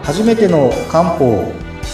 初めての漢方。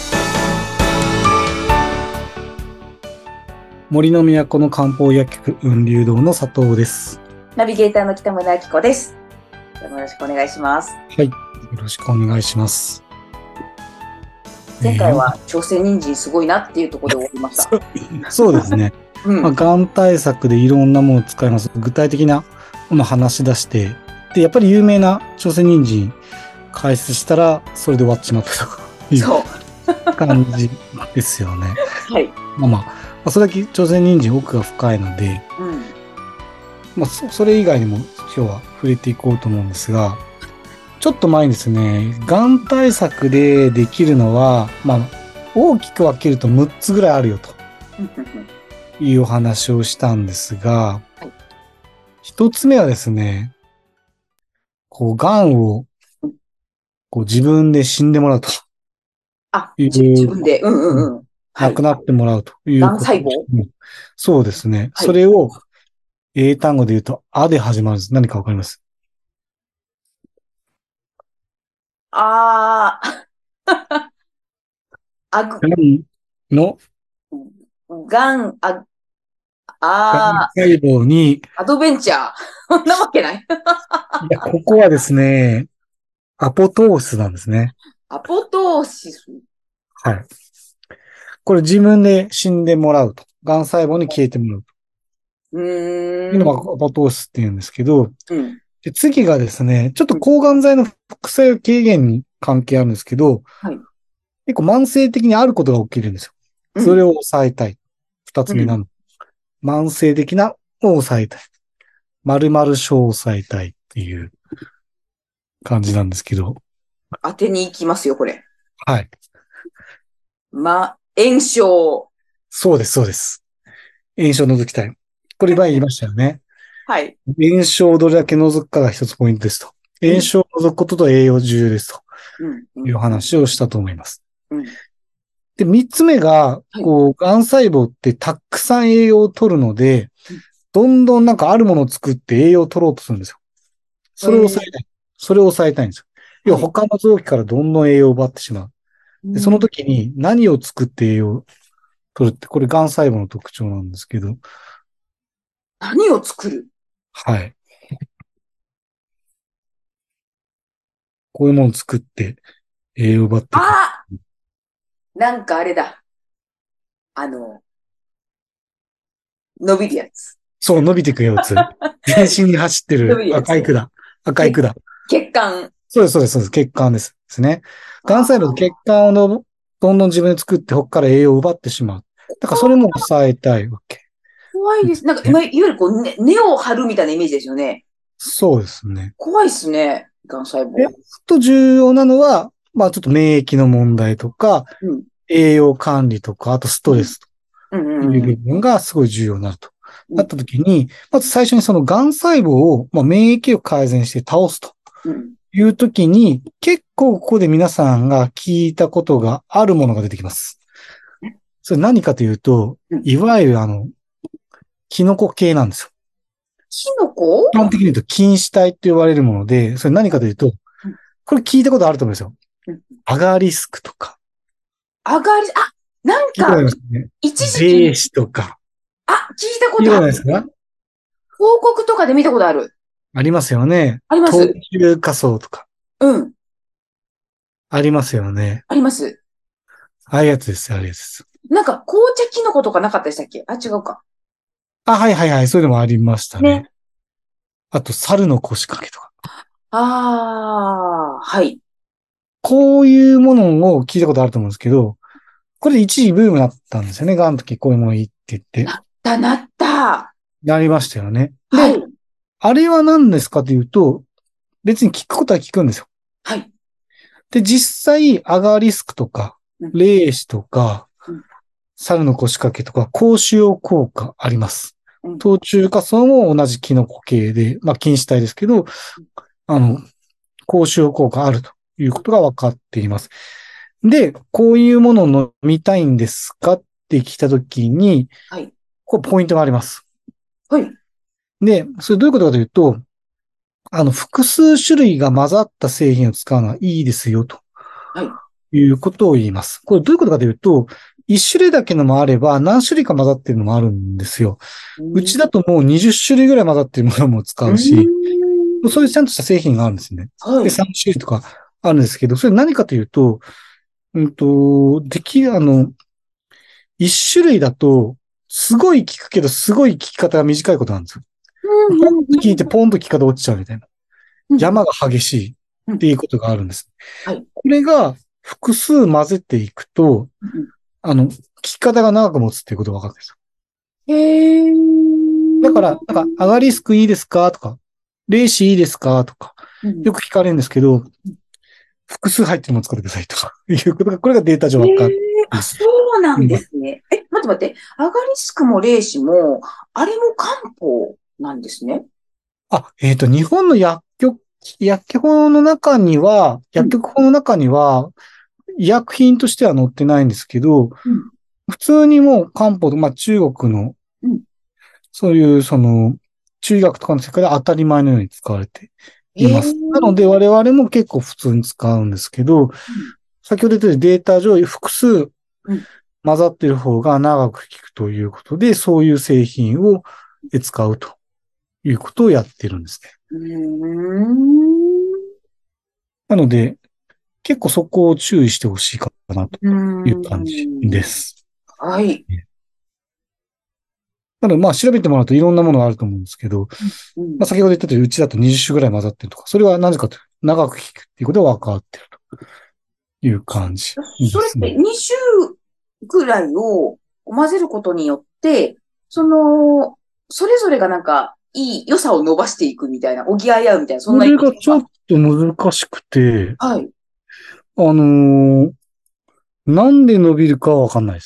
森の都の漢方薬局雲流堂の佐藤です。 ナビゲーターの北村明子です。よろしくお願いします。 はい、よろしくお願いします。 前回は朝鮮人参すごいなっていうところで終わりました。 そうですね。がん対策でいろんなものを使います。具体的なものを話し出して、で、やっぱり有名な朝鮮人参解説したら、それで終わっしまったという感じですよね。 はい。 まあ、それだけ朝鮮人参奥が深いので、それ以外にも今日は触れていこうと思うんですが、ちょっと前にですね、がん対策でできるのは、大きく分けると6つぐらいあるよというお話をしたんですが、1つ目はですね、がんを自分で死んでもらうと。 自分で。 亡くなってもらうということ。 がん細胞？ そうですね。それを英単語で言うと、あで始まるんです。何かわかります？ あの、 がん細胞に、 アドベンチャー。そんなわけない。 いや、ここはですね、アポトーシスなんですね。 アポトーシス。 はい。これ自分で死んでもらうと。がん細胞に消えてもらうと。いうのがアポトーシスって言うんですけど、で次がですね、ちょっと抗がん剤の副作用軽減に関係あるんですけど、結構慢性的にあることが起きるんですよ。それを抑えたい。二つ目なの。慢性的なを抑えたい。〇〇症を抑えたいっていう感じなんですけど。 当てに行きますよ、これ。 はい。 炎症。 そうです、そうです。炎症を除きたい。これ前言いましたよね。 はい。 炎症をどれだけ除くかが一つポイントですと。炎症を除くことと栄養重要ですという話をしたと思います。で、三つ目が、がん細胞ってたくさん栄養を取るので、どんどんあるものを作って栄養を取ろうとするんですよ。それを抑えたい。それを抑えたいんですよ。要は他の臓器からどんどん栄養を奪ってしまう。で、その時に何を作って栄養を取るって、これがん細胞の特徴なんですけど。 何を作る？ はい。こういうものを作って栄養を奪っていく。 なんかあれだ。伸びるやつ。 そう、伸びていくやつ。全身に走ってる赤い管。赤い管。 血管。 そうです、そうです、そうです。血管ですね。がん細胞の血管をどんどん自分で作って、ここから栄養を奪ってしまう。だからそれも抑えたいわけ。 怖いです。いわゆる根を張るみたいなイメージですよね。 そうですね。 怖いですね。がん細胞。 と重要なのは、ちょっと免疫の問題とか、栄養管理とか、あとストレスという部分がすごい重要になると。なった時に、まず最初にそのがん細胞を、免疫を改善して倒すという時に、結構ここで皆さんが聞いたことがあるものが出てきます。それ何かというと、いわゆるキノコ系なんですよ。 キノコ？ 一般的に言うと菌糸体と言われるもので、それ何かというと、これ聞いたことあると思うんですよ。アガリスクとか。 なんか、一時期。 ベーシとか。 聞いたことある。 ですか？広告とかで見たことある。 ありますよね。 あります。 東急仮想とか。ありますよね。 あります。 ああいうやつですよ、ああいうやつです。 紅茶キノコとかなかったでしたっけ？違うか。 はいはいはい。そういうのもありましたね。あと、猿の腰掛けとか。 はい。 こういうものを聞いたことあると思うんですけど、これ一時ブームになったんですよね。がんの時こういうものいいって言って。 なった。 なりましたよね。で、あれは何ですかというと、別に聞くことは聞くんですよ。 はい。 で、実際、アガリスクとか、レーシとか、猿の腰掛けとか、高腫瘍効果あります。冬虫夏草も同じキノコ系で、菌糸体ですけど、高腫瘍効果あるということが分かっています。で、こういうものを飲みたいんですかって聞いたときに、これポイントがあります。で、それどういうことかというと、複数種類が混ざった製品を使うのはいいですよとはい。 いうことを言います。これどういうことかというと、一種類だけのもあれば、何種類か混ざってるのもあるんですよ。 うん。 うちだともう20種類ぐらい混ざってるものも使ううし、 ん。 そういうちゃんとした製品があるんですね。で、 はい。 3種類とかあるんですけど、それ何かというと、一種類だと、すごい効くけど、すごい効き方が短いことなんですよ。 うん。 ポンうん。 と効いて、ポンと効き方落ちちゃうみたいな。 うん。 山が激しいっうん。 ていうことがあるんです。 はい。 これが複数混ぜていくと、 うん。 効き方が長く持つっていうことが分かるんですよ。 へえ。 だから、アガリスクいいですかとか、レーシいいですかとか、 うん。 よく聞かれるんですけど、複数入ってるものを使ってくださいとか、いうことが、これがデータ上へえ。 分かってあ、 いそうなんでます。 すね。待って待って。アガリスクもレイシも、あれも漢方なんですね。 日本のうん。 薬局法の中には、医薬品としては載ってないんですけど、 うん。 普通にもう漢方と、まあ中国の、 うん。 そういう中医学とかの世界で当たり前のように使われてへえ。 います。なので我々も結構普通に使うんですけど、 うん。 先ほど言ったようにデータ上複数うん。 混ざっている方が長く効くということで、そういう製品を使うということをやってるんですね。 うーん。 なので、結構そこを注意してほしいかなとうーいう感じでん。 す。 はい。 なので、まあ調べてもらうといろんなものがあると思うんですけど、 うん。 まあ先ほど言ったとおり、うちだと20種ぐらい混ざってるとか、それはなぜかというと、長く効くっていうことが分かっているという感じですね。 それって2週ぐらいを混ぜることによって、それぞれがなんか、いい良さを伸ばしていくみたいな、補い合うみたいな、そんこなイメれがちょっージですか？ と難しくて、 はい。 あのーなんで伸びるかはわかんないです。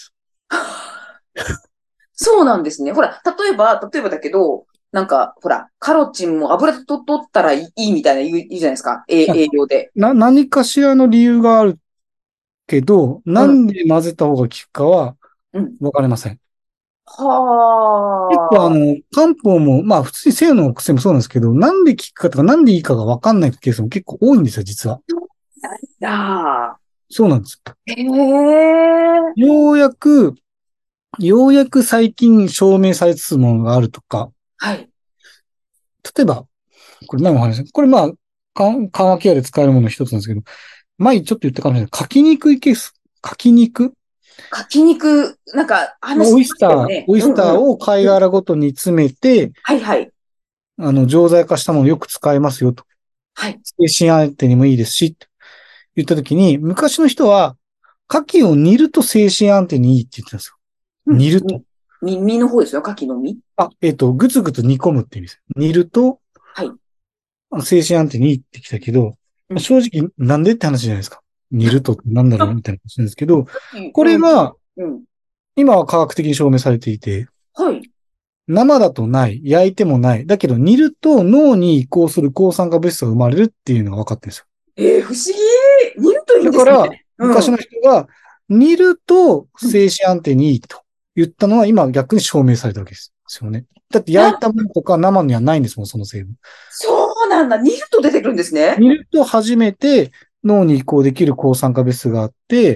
そうなんですね。ほら、例えばだけど、なんか、ほら、カロチンも油で取ったらいいみたいな言うじゃないですか。栄養で。 何かしらの理由があるけど、 うん。 なんで混ぜた方が効くかはうん。 わかりません。結構はあ。 漢方も、まあ普通に西洋の薬もそうなんですけど、なんで効くかとかなんでいいかがわかんないケースも結構多いんですよ、実は。 だ。 そうなんです。 へえ。 ようやく、ようやく最近証明されつつものがあるとか、 はい。 例えば、これ前もお話しした、これまあ、緩和ケアで使えるものの一つなんですけど、前ちょっと言ったかもしれない。書きにくいケース。書きにく書き肉、なんか話しまオイスター、 したよね。 オイスターうんうん。 を貝うん。 殻ごと煮詰めて、 はいはい。 錠剤化したものをよく使えますよと。 はい。 精神安定にもいいですし、と言ったときに、昔の人は、牡蠣を煮ると精神安定にいいって言ってたんですよ。 うん。 煮ると。 身の方ですよ。牡蠣の身。 ぐつぐつ煮込むって意味です。煮ると、 はい。 精神安定にいいってきたけど、 うん。 正直なんでって話じゃないですか。煮るとなんだろうみたいな話なんですけど、こうん。 れがうん。 今は科学的に証明されていて、 はい。 生だとない、焼いてもない。だけど煮ると脳に移行する抗酸化物質が生まれるっていうのが分かってるんですよ。 不思議。煮るといいんですね。 だから、昔うん。 の人が煮るとうん。 精神安定にいいと言ったのは今逆に証明されたわけですよね。だって焼いあ、 たものとか生にはないんですもん、その成分。 そうなんだ。煮ると出てくるんですね。 煮ると初めて脳に移行できる抗酸化物質があって、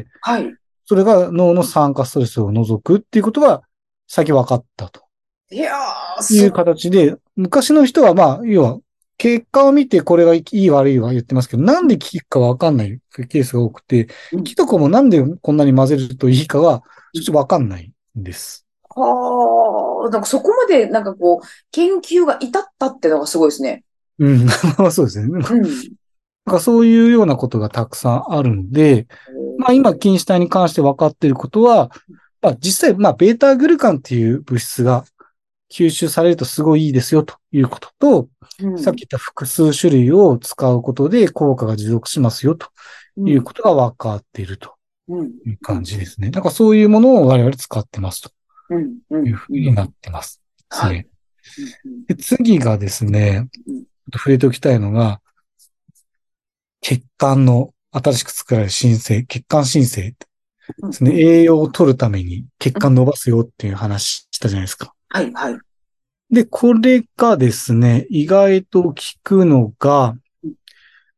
はい。 それが脳の酸化ストレスを除くっていうことが先分かったといやー、 いう形で、昔の人はまあ、要は結果を見てこれがいい悪いは言ってますけど、なんで効くか分かんないケースが多くて、 うん。 キノコもなんでこんなに混ぜるといいかは、ちょっと分かんないんです。 はあ、なんかそこまで、なんかこう、研究が至ったってのがすごいですね。 うん、そうですね。 うん。 なんかそういうようなことがたくさんあるんで、まあ今、筋子体に関して分かっていることは、まあ実際、まあベータグルカンっていう物質が吸収されるとすごいいいですよということと、 うん。 さっき言った複数種類を使うことで効果が持続しますよとうん。 いうことが分かっているとうん。 いう感じですね。だからそういうものを我々使ってますとうん。うん。 いうふうん。 うになってますですはい。 ね。 うん。うん。 で、次がですね、 うん。 ちょっと触れておきたいのが、血管の新しく作られる新生、血管新生うん。 ですね。 うん。 栄養を取るために血うん。 管伸ばすよっていう話したじゃないですか。 はい。はい。 で、これがですね、意外と効くのが、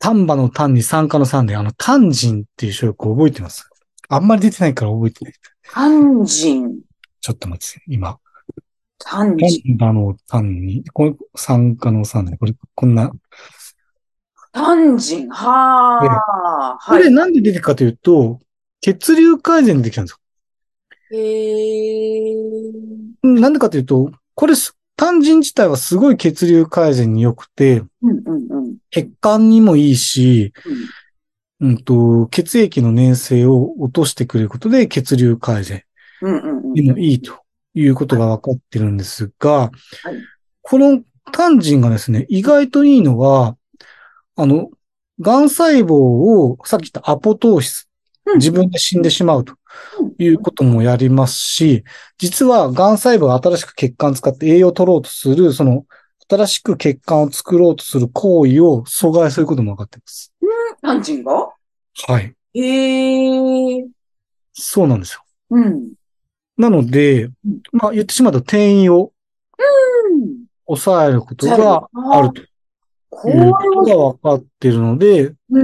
丹波の丹に酸化の酸で、丹人っていう小学校覚えてます？あんまり出てないから覚えてない。 丹人。 ちょっと待って、今。 丹人。 丹波の丹に、これ酸化の酸で、これ、こんな。 丹人。はで、 あ。 こはい。 れなんで出てくかというと、血流改善でできたんですよ。 へえ。 なんでかというと、これ、丹人自体はすごい血流改善に良くて、 うんうんうん。 血管にもいいし、 うん。 血液の粘性を落としてくれることで血流改善うんうんうん。 にもいいということが分かってるんですが、 はい。 このタンジンがですね、意外といいのは、あの、癌細胞をさっき言ったアポトーシス、 うん自分で死んでしまうとうんいうこともやりますし、実は癌細胞が新しく血管を使って栄養を取ろうとする、新しく血管を作ろうとする行為を阻害することも分かっています。 丹人がはい。 へえ。 そうなんですよ。 うん。 なので、 うん。 まあ言ってしまうと転移を抑えることザル。 があああ、 るといこうことがれは、 分かっているので、 うん。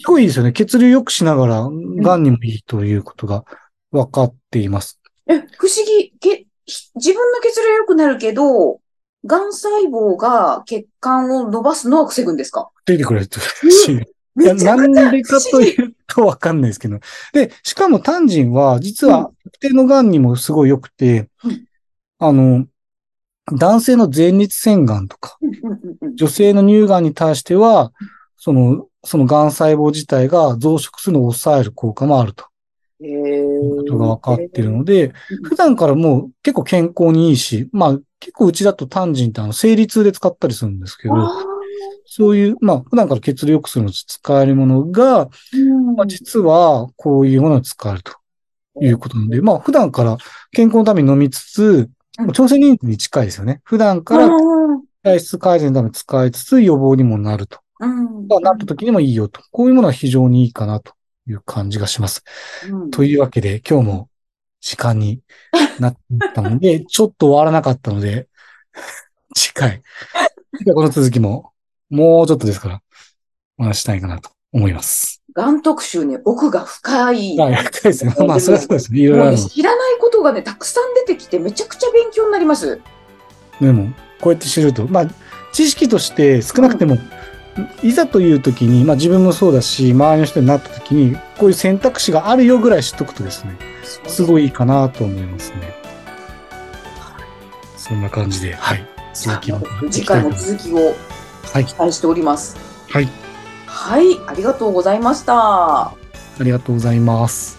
すごいいいですよね。血流良くしながら、 うん。 癌にもいいということが分かっています。 不思議。自分の血流良くなるけど、癌細胞が血管を伸ばすのは防ぐんですか？ 出てくれるとえ、 嬉しい。いや、 めちゃくちなんでゃ不かとい思議。 うと分かんないですけど。で、しかもタンジンは、実うん。 は、特定の癌にもすごい良くて、 うん。 あの、男性の前立腺癌とか、 うん。うん。うん。 女性の乳がんに対しては、その癌細胞自体が増殖するのを抑える効果もあるとへいうことが分かえ。 っているので、 うん。 普段からもう結構健康にいいし、まあ結構うちだとタンジンって生理痛で使ったりするんですけあど、 あ。 そういう、まあ普段から血流良くするのに使えるものが、 うまあ、 ん。 実はこういうものを使えるということなので、まあ普段から健康のために飲みつつ、 うん。 朝鮮人参に近いですよね。普段あからあ。 体質改善のために使いつつ予防にもなると。 うん。 なった時にもいいよと。こういうものは非常にいいかなという感じがします。 うん。 というわけで、今日も時間になったので、ちょっと終わらなかったので、次回、この続きも、もうちょっとですから、お話したいかなと思います。 がん特集ね、奥が深い。 はい、深いですね。まあ、それはそうでも、 ですね。いろいもうね、 ろあるの。 知らないことがね、たくさん出てきて、めちゃくちゃ勉強になります。 でも、こうやって知ると、まあ、知識として少なうん。 くても、いざという時に、まあ自分もそうだし、周りの人になった時に、こういう選択肢があるよぐらい知っとくとですね、 そうです。 すごいいいかなと思いますね。そんな感じで、はい。 じゃあ、 続きまた次回のいきたいと思います。 続きをはい。 期待しております。 はい。 はい、ありがとうございました。 ありがとうございます。